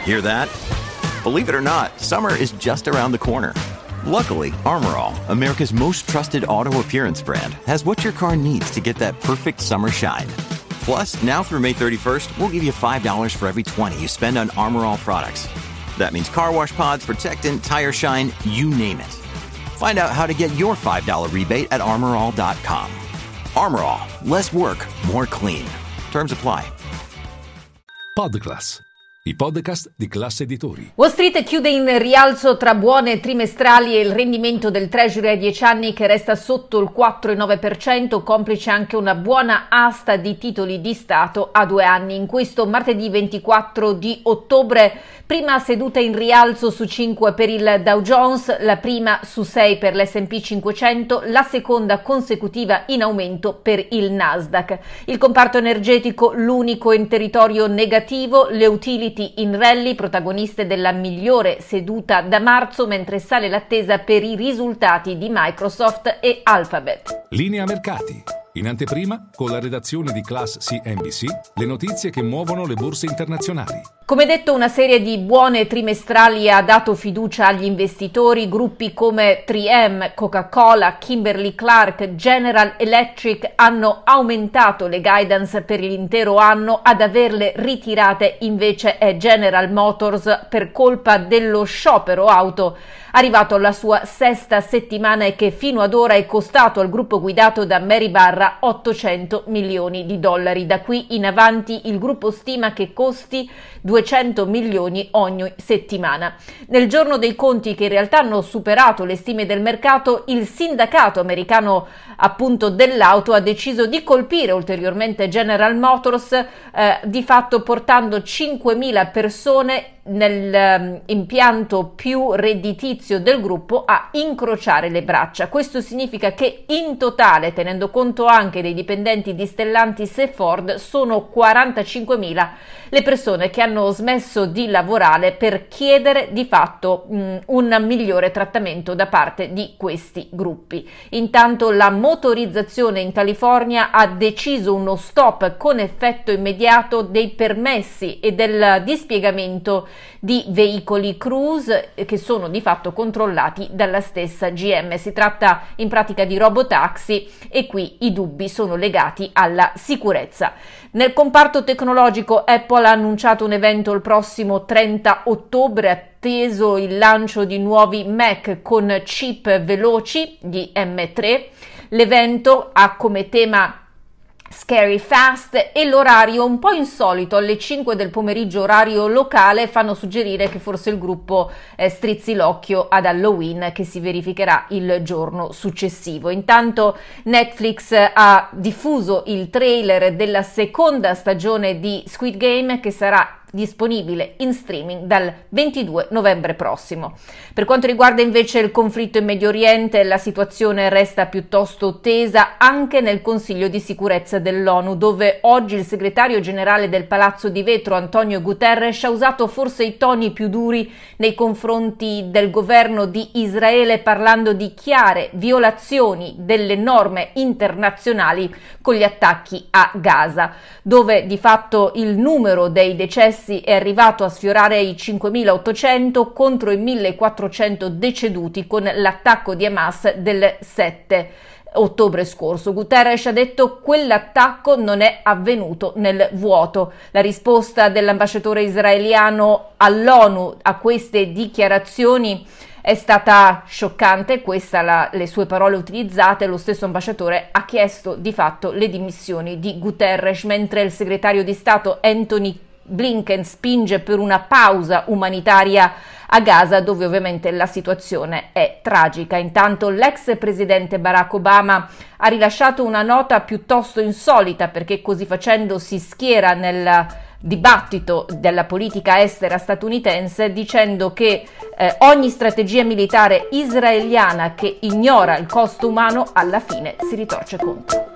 Hear that? Believe it or not, summer is just around the corner. Luckily, Armor All, America's most trusted auto appearance brand, has what your car needs to get that perfect summer shine. Plus, now through May 31st, we'll give you $5 for every $20 you spend on Armor All products. That means car wash pods, protectant, tire shine, you name it. Find out how to get your $5 rebate at armorall.com. Armor All, less work, more clean. Terms apply. Podclass, i podcast di Class Editori. Wall Street chiude in rialzo tra buone trimestrali e il rendimento del Treasury a 10 anni che resta sotto il 4,9%, complice anche una buona asta di titoli di Stato a 2 anni. In questo martedì 24 di ottobre, prima seduta in rialzo su 5 per il Dow Jones, la prima su 6 per l'S&P 500, la seconda consecutiva in aumento per il Nasdaq. Il comparto energetico l'unico in territorio negativo, le utility in rally, protagoniste della migliore seduta da marzo, mentre sale l'attesa per i risultati di Microsoft e Alphabet. Linea mercati. In anteprima, con la redazione di Class CNBC, le notizie che muovono le borse internazionali. Come detto, una serie di buone trimestrali ha dato fiducia agli investitori. Gruppi come 3M, Coca-Cola, Kimberly-Clark, General Electric hanno aumentato le guidance per l'intero anno. Ad averle ritirate invece è General Motors per colpa dello sciopero auto arrivato alla sua 6ª settimana e che fino ad ora è costato al gruppo guidato da Mary Barra $800 milioni. Da qui in avanti il gruppo stima che costi 200 milioni ogni settimana. Nel giorno dei conti, che in realtà hanno superato le stime del mercato, il sindacato americano appunto dell'auto ha deciso di colpire ulteriormente General Motors, di fatto portando 5.000 persone nell'impianto più redditizio del gruppo a incrociare le braccia. Questo significa che in totale, tenendo conto anche dei dipendenti di Stellantis e Ford, sono 45.000 le persone che hanno smesso di lavorare per chiedere di fatto un migliore trattamento da parte di questi gruppi. Intanto la motorizzazione in California ha deciso uno stop con effetto immediato dei permessi e del dispiegamento di veicoli cruise che sono di fatto controllati dalla stessa GM. Si tratta in pratica di robotaxi e qui i dubbi sono legati alla sicurezza. Nel comparto tecnologico, Apple ha annunciato un evento il prossimo 30 ottobre, atteso il lancio di nuovi Mac con chip veloci di M3. L'evento ha come tema Scary Fast e l'orario un po' insolito, alle 5 del pomeriggio orario locale, fanno suggerire che forse il gruppo strizzi l'occhio ad Halloween, che si verificherà il giorno successivo. Intanto Netflix ha diffuso il trailer della seconda stagione di Squid Game, che sarà disponibile in streaming dal 22 novembre prossimo. Per quanto riguarda invece il conflitto in Medio Oriente, la situazione resta piuttosto tesa anche nel Consiglio di sicurezza dell'ONU, dove oggi il segretario generale del Palazzo di Vetro, Antonio Guterres, ha usato forse i toni più duri nei confronti del governo di Israele, parlando di chiare violazioni delle norme internazionali con gli attacchi a Gaza, dove di fatto il numero dei decessi è arrivato a sfiorare i 5.800 contro i 1.400 deceduti con l'attacco di Hamas del 7 ottobre scorso. Guterres ha detto: quell'attacco non è avvenuto nel vuoto. La risposta dell'ambasciatore israeliano all'ONU a queste dichiarazioni è stata scioccante, queste le sue parole utilizzate. Lo stesso ambasciatore ha chiesto di fatto le dimissioni di Guterres, mentre il segretario di Stato Anthony Blinken spinge per una pausa umanitaria a Gaza, dove ovviamente la situazione è tragica. Intanto l'ex presidente Barack Obama ha rilasciato una nota piuttosto insolita, perché così facendo si schiera nel dibattito della politica estera statunitense, dicendo che ogni strategia militare israeliana che ignora il costo umano alla fine si ritorce contro.